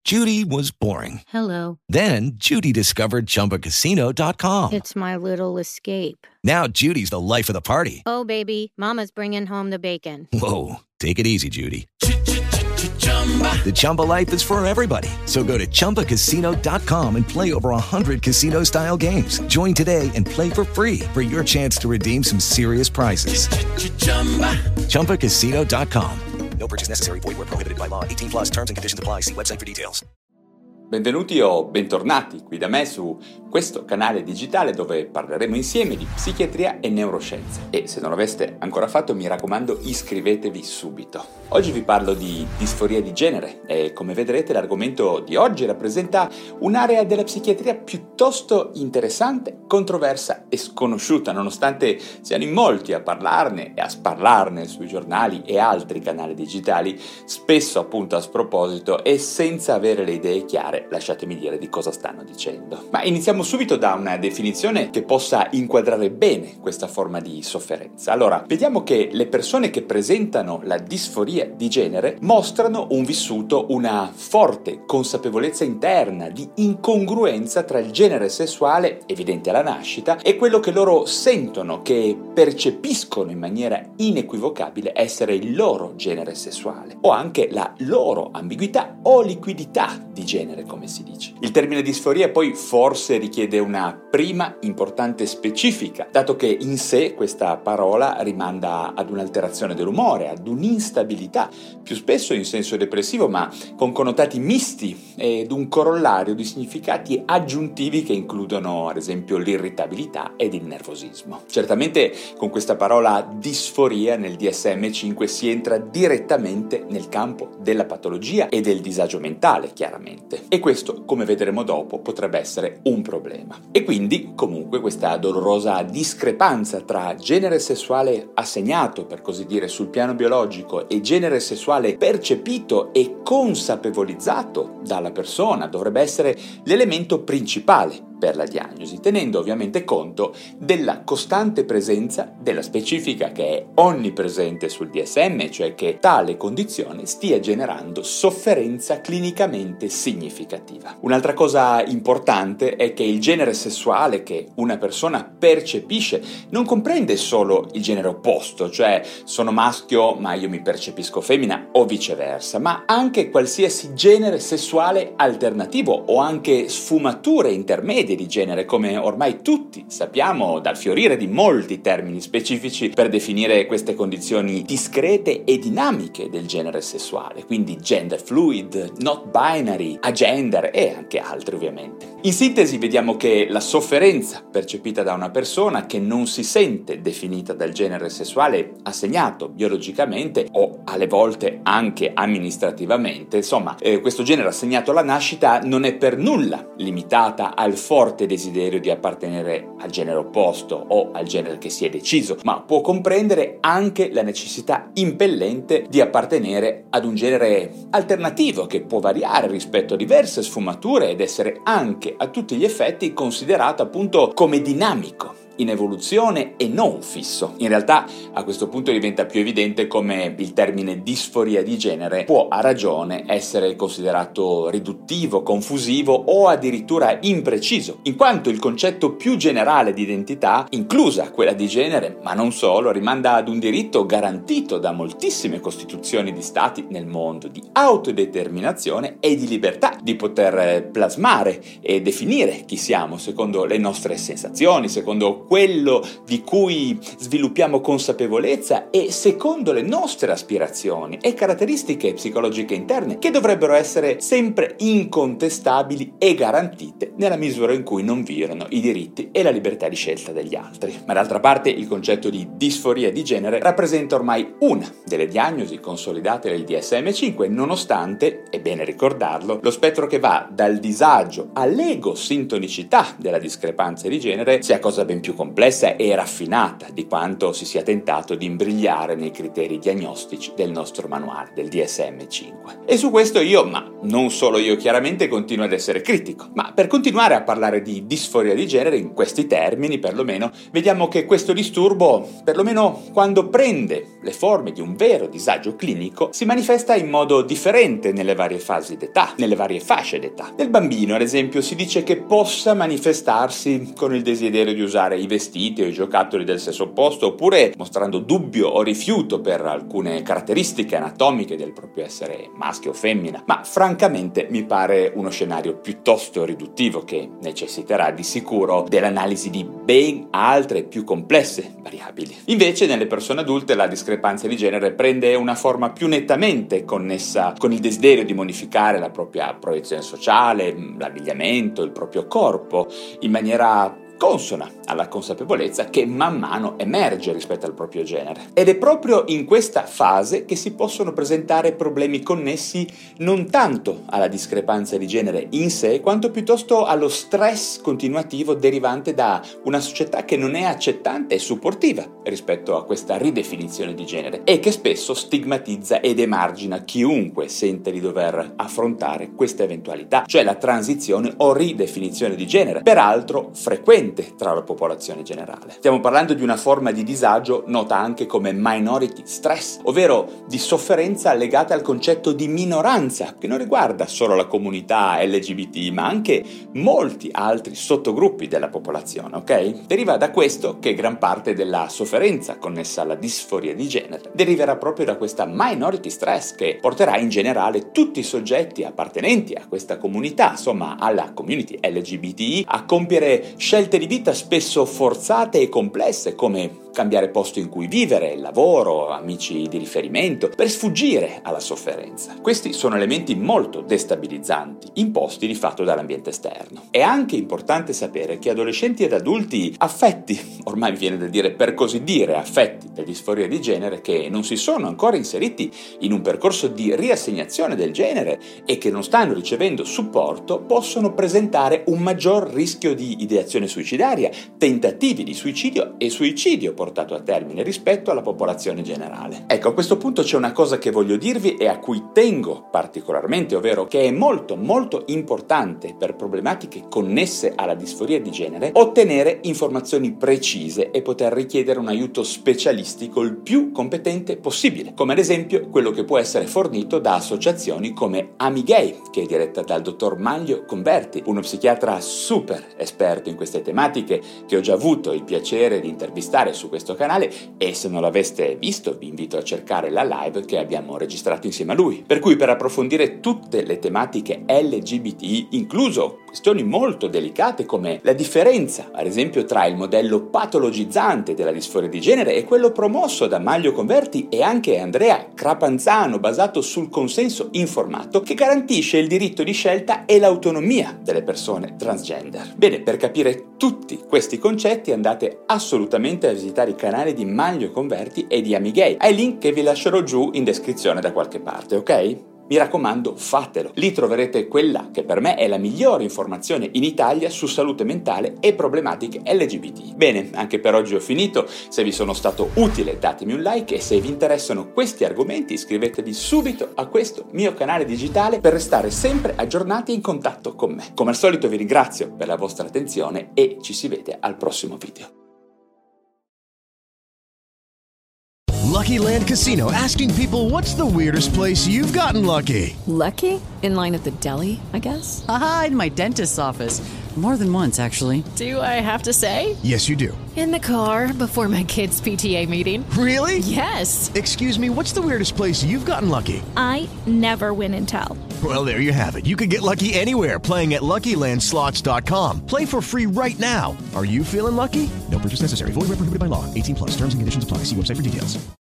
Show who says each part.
Speaker 1: Judy was boring.
Speaker 2: Hello.
Speaker 1: Then Judy discovered ChumbaCasino.com.
Speaker 2: It's my little escape.
Speaker 1: Now Judy's the life of the party.
Speaker 2: Oh, baby, mama's bringing home the bacon.
Speaker 1: Whoa, take it easy, Judy. The Chumba life is for everybody. So go to ChumbaCasino.com and play over 100 casino-style games. Join today and play for free for your chance to redeem some serious prizes. ChumbaCasino.com.
Speaker 3: No purchase necessary. Void where prohibited by law. 18 plus terms and conditions apply. See website for details.
Speaker 4: Benvenuti o bentornati qui da me su questo canale digitale dove parleremo insieme di psichiatria e neuroscienze. E se non l'aveste ancora fatto, mi raccomando, iscrivetevi subito. Oggi vi parlo di disforia di genere e, come vedrete, l'argomento di oggi rappresenta un'area della psichiatria piuttosto interessante, controversa e sconosciuta, nonostante siano in molti a parlarne e a sparlarne sui giornali e altri canali digitali, spesso appunto a sproposito e senza avere le idee chiare. Lasciatemi dire di cosa stanno dicendo. Ma iniziamo subito da una definizione che possa inquadrare bene questa forma di sofferenza. Allora, vediamo che le persone che presentano la disforia di genere mostrano un vissuto, una forte consapevolezza interna di incongruenza tra il genere sessuale, evidente alla nascita, e quello che loro sentono, che percepiscono in maniera inequivocabile essere il loro genere sessuale, o anche la loro ambiguità o liquidità di genere, come si dice. Il termine disforia poi forse richiede una prima importante specifica, dato che in sé questa parola rimanda ad un'alterazione dell'umore, ad un'instabilità, più spesso in senso depressivo, ma con connotati misti ed un corollario di significati aggiuntivi che includono, ad esempio, l'irritabilità ed il nervosismo. Certamente con questa parola disforia nel DSM-5 si entra direttamente nel campo della patologia e del disagio mentale, chiaramente. E questo, come vedremo dopo, potrebbe essere un problema. E quindi, comunque, questa dolorosa discrepanza tra genere sessuale assegnato, per così dire, sul piano biologico e genere sessuale percepito e consapevolizzato dalla persona dovrebbe essere l'elemento principale per la diagnosi, tenendo ovviamente conto della costante presenza della specifica che è onnipresente sul DSM, cioè che tale condizione stia generando sofferenza clinicamente significativa. Un'altra cosa importante è che il genere sessuale che una persona percepisce non comprende solo il genere opposto, cioè sono maschio ma io mi percepisco femmina o viceversa, ma anche qualsiasi genere sessuale alternativo o anche sfumature intermedie di genere, come ormai tutti sappiamo dal fiorire di molti termini specifici per definire queste condizioni discrete e dinamiche del genere sessuale, quindi gender fluid, not binary, agender e anche altri ovviamente. In sintesi vediamo che la sofferenza percepita da una persona che non si sente definita dal genere sessuale assegnato biologicamente o alle volte anche amministrativamente, insomma questo genere assegnato alla nascita non è per nulla limitata al forte desiderio di appartenere al genere opposto o al genere che si è deciso, ma può comprendere anche la necessità impellente di appartenere ad un genere alternativo che può variare rispetto a diverse sfumature ed essere anche a tutti gli effetti considerato appunto come dinamico, in evoluzione e non fisso. In realtà a questo punto diventa più evidente come il termine disforia di genere può a ragione essere considerato riduttivo, confusivo o addirittura impreciso, in quanto il concetto più generale di identità, inclusa quella di genere, ma non solo, rimanda ad un diritto garantito da moltissime costituzioni di stati nel mondo di autodeterminazione e di libertà di poter plasmare e definire chi siamo secondo le nostre sensazioni, secondo quello di cui sviluppiamo consapevolezza e secondo le nostre aspirazioni e caratteristiche psicologiche interne che dovrebbero essere sempre incontestabili e garantite nella misura in cui non violano i diritti e la libertà di scelta degli altri. Ma d'altra parte il concetto di disforia di genere rappresenta ormai una delle diagnosi consolidate del DSM-5, nonostante, è bene ricordarlo, lo spettro che va dal disagio all'egosintonicità della discrepanza di genere sia cosa ben più complessa e raffinata di quanto si sia tentato di imbrigliare nei criteri diagnostici del nostro manuale, del DSM-5. E su questo io, ma non solo io chiaramente, continuo ad essere critico. Ma per continuare a parlare di disforia di genere in questi termini, perlomeno, vediamo che questo disturbo, perlomeno quando prende le forme di un vero disagio clinico, si manifesta in modo differente nelle varie fasi d'età, nelle varie fasce d'età. Nel bambino, ad esempio, si dice che possa manifestarsi con il desiderio di usare i vestiti o i giocattoli del sesso opposto, oppure mostrando dubbio o rifiuto per alcune caratteristiche anatomiche del proprio essere maschio o femmina. Ma francamente mi pare uno scenario piuttosto riduttivo che necessiterà di sicuro dell'analisi di ben altre più complesse variabili. Invece nelle persone adulte la discrepanza di genere prende una forma più nettamente connessa con il desiderio di modificare la propria proiezione sociale, l'abbigliamento, il proprio corpo, in maniera consona alla consapevolezza che man mano emerge rispetto al proprio genere. Ed è proprio in questa fase che si possono presentare problemi connessi non tanto alla discrepanza di genere in sé, quanto piuttosto allo stress continuativo derivante da una società che non è accettante e supportiva rispetto a questa ridefinizione di genere e che spesso stigmatizza ed emargina chiunque sente di dover affrontare questa eventualità, cioè la transizione o ridefinizione di genere, peraltro frequente tra la popolazione generale. Stiamo parlando di una forma di disagio nota anche come minority stress, ovvero di sofferenza legata al concetto di minoranza, che non riguarda solo la comunità LGBT, ma anche molti altri sottogruppi della popolazione, ok? Deriva da questo che gran parte della sofferenza connessa alla disforia di genere deriverà proprio da questa minority stress che porterà in generale tutti i soggetti appartenenti a questa comunità, insomma alla community LGBTI, a compiere scelte di vita spesso forzate e complesse, come cambiare posto in cui vivere, lavoro, amici di riferimento, per sfuggire alla sofferenza. Questi sono elementi molto destabilizzanti, imposti di fatto dall'ambiente esterno. È anche importante sapere che adolescenti ed adulti affetti, ormai mi viene da dire per così dire, affetti da disforia di genere, che non si sono ancora inseriti in un percorso di riassegnazione del genere e che non stanno ricevendo supporto, possono presentare un maggior rischio di ideazione suicidaria, tentativi di suicidio e suicidio portato a termine rispetto alla popolazione generale. Ecco, a questo punto c'è una cosa che voglio dirvi e a cui tengo particolarmente, ovvero che è molto importante per problematiche connesse alla disforia di genere ottenere informazioni precise e poter richiedere un aiuto specialistico il più competente possibile, come ad esempio quello che può essere fornito da associazioni come Amigay, che è diretta dal dottor Manlio Converti, uno psichiatra super esperto in queste tematiche che ho già avuto il piacere di intervistare su questo canale, e se non l'aveste visto vi invito a cercare la live che abbiamo registrato insieme a lui. Per cui per approfondire tutte le tematiche LGBTI, incluso questioni molto delicate come la differenza, ad esempio, tra il modello patologizzante della disforia di genere e quello promosso da Manlio Converti e anche Andrea Crapanzano, basato sul consenso informato, che garantisce il diritto di scelta e l'autonomia delle persone transgender. Bene, per capire tutti questi concetti andate assolutamente a visitare i canali di Manlio Converti e di Amigay, ai link che vi lascerò giù in descrizione da qualche parte, ok? Mi raccomando, fatelo. Lì troverete quella che per me è la migliore informazione in Italia su salute mentale e problematiche LGBT. Bene, anche per oggi ho finito. Se vi sono stato utile datemi un like e se vi interessano questi argomenti iscrivetevi subito a questo mio canale digitale per restare sempre aggiornati e in contatto con me. Come al solito vi ringrazio per la vostra attenzione e ci si vede al prossimo video.
Speaker 5: Lucky Land Casino, asking people, what's the weirdest place you've gotten lucky?
Speaker 6: Lucky? In line at the deli, I guess?
Speaker 7: Aha, in my dentist's office. More than once, actually.
Speaker 6: Do I have to say?
Speaker 5: Yes, you do.
Speaker 6: In the car before my kids' PTA meeting.
Speaker 5: Really?
Speaker 6: Yes.
Speaker 5: Excuse me, what's the weirdest place you've gotten lucky?
Speaker 8: I never win and tell.
Speaker 5: Well, there you have it. You can get lucky anywhere, playing at LuckyLandSlots.com. Play for free right now. Are you feeling lucky? No purchase necessary. Void where prohibited by law. 18+. Terms and conditions apply. See website for details.